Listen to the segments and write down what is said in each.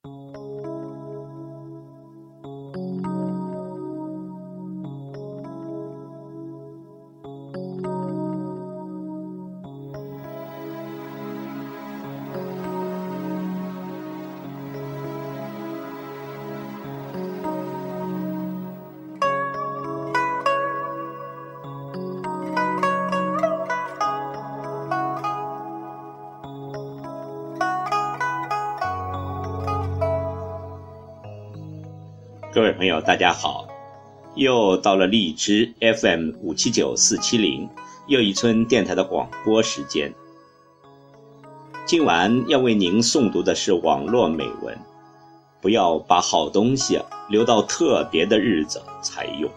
各位朋友大家好，又到了荔枝 FM579470 又一村电台的广播时间。今晚要为您诵读的是网络美文，不要把好东西留到特别的日子才用。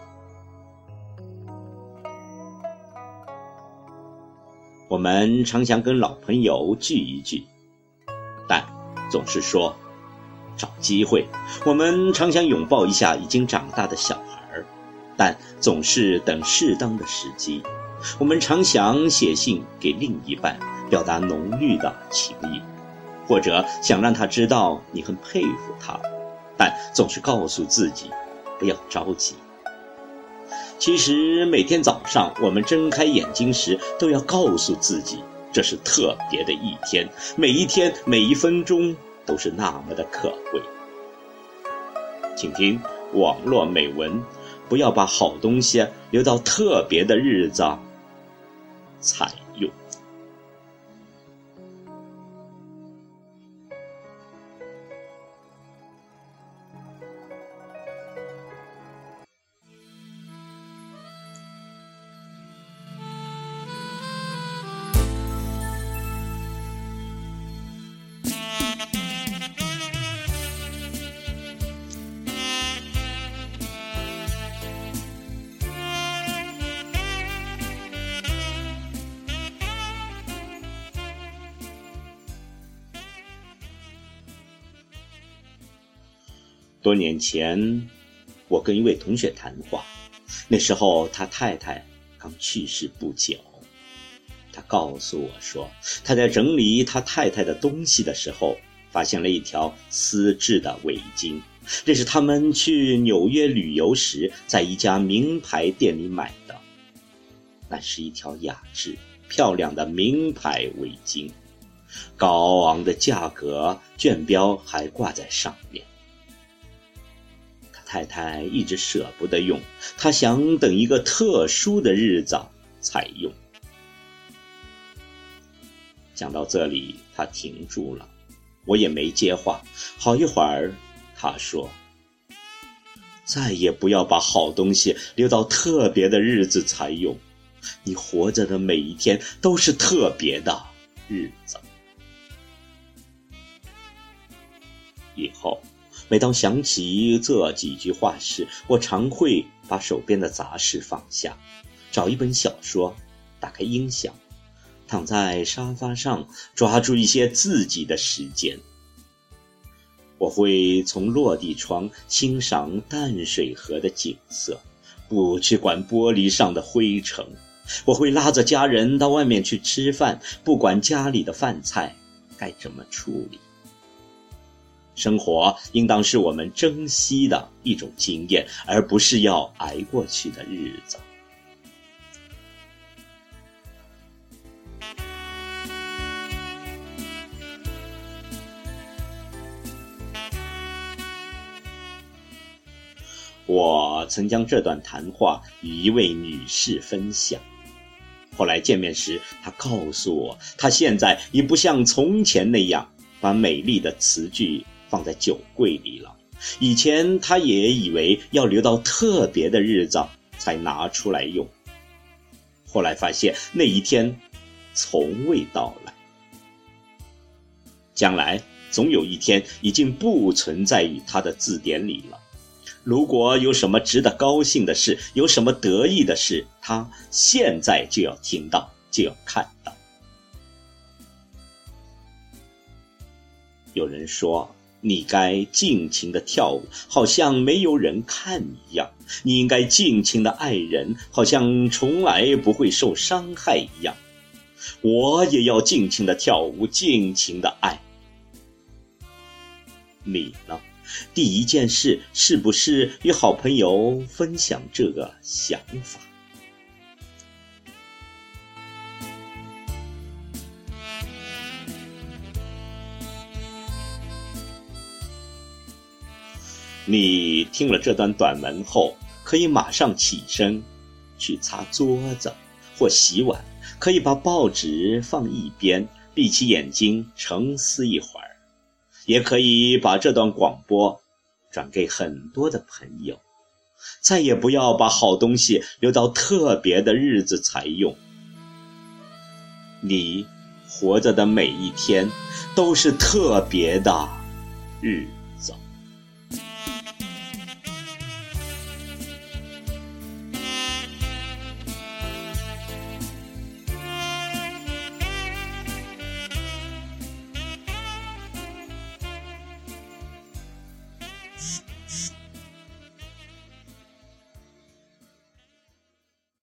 我们常想跟老朋友聚一聚，但总是说找机会。我们常想拥抱一下已经长大的小孩，但总是等适当的时机。我们常想写信给另一半，表达浓郁的情意，或者想让他知道你很佩服他，但总是告诉自己不要着急。其实每天早上我们睁开眼睛时，都要告诉自己这是特别的一天，每一天每一分钟都是那么的可贵。请听网络美文，不要把好东西留到特别的日子才用。多年前，我跟一位同学谈话，那时候他太太刚去世不久。他告诉我说，他在整理他太太的东西的时候，发现了一条丝质的围巾，这是他们去纽约旅游时在一家名牌店里买的。那是一条雅致漂亮的名牌围巾，高昂的价格卷标还挂在上面。太太一直舍不得用，她想等一个特殊的日子才用。讲到这里，她停住了，我也没接话。好一会儿，她说：“再也不要把好东西留到特别的日子才用，你活着的每一天都是特别的日子。”以后每当想起这几句话时，我常会把手边的杂事放下，找一本小说，打开音响，躺在沙发上，抓住一些自己的时间。我会从落地窗欣赏淡水河的景色，不去管玻璃上的灰尘。我会拉着家人到外面去吃饭，不管家里的饭菜该怎么处理。生活应当是我们珍惜的一种经验，而不是要挨过去的日子。我曾将这段谈话与一位女士分享，后来见面时，她告诉我，她现在已不像从前那样把美丽的词句放在酒柜里了。以前他也以为要留到特别的日子才拿出来用，后来发现那一天从未到来。将来总有一天已经不存在于他的字典里了。如果有什么值得高兴的事，有什么得意的事，他现在就要听到，就要看到。有人说，你该尽情地跳舞，好像没有人看一样；你应该尽情地爱人，好像从来不会受伤害一样。我也要尽情地跳舞，尽情地爱。 你呢？第一件事是不是与好朋友分享这个想法？你听了这段短文后，可以马上起身去擦桌子或洗碗，可以把报纸放一边，闭起眼睛沉思一会儿，也可以把这段广播转给很多的朋友。再也不要把好东西留到特别的日子才用。你活着的每一天都是特别的日子。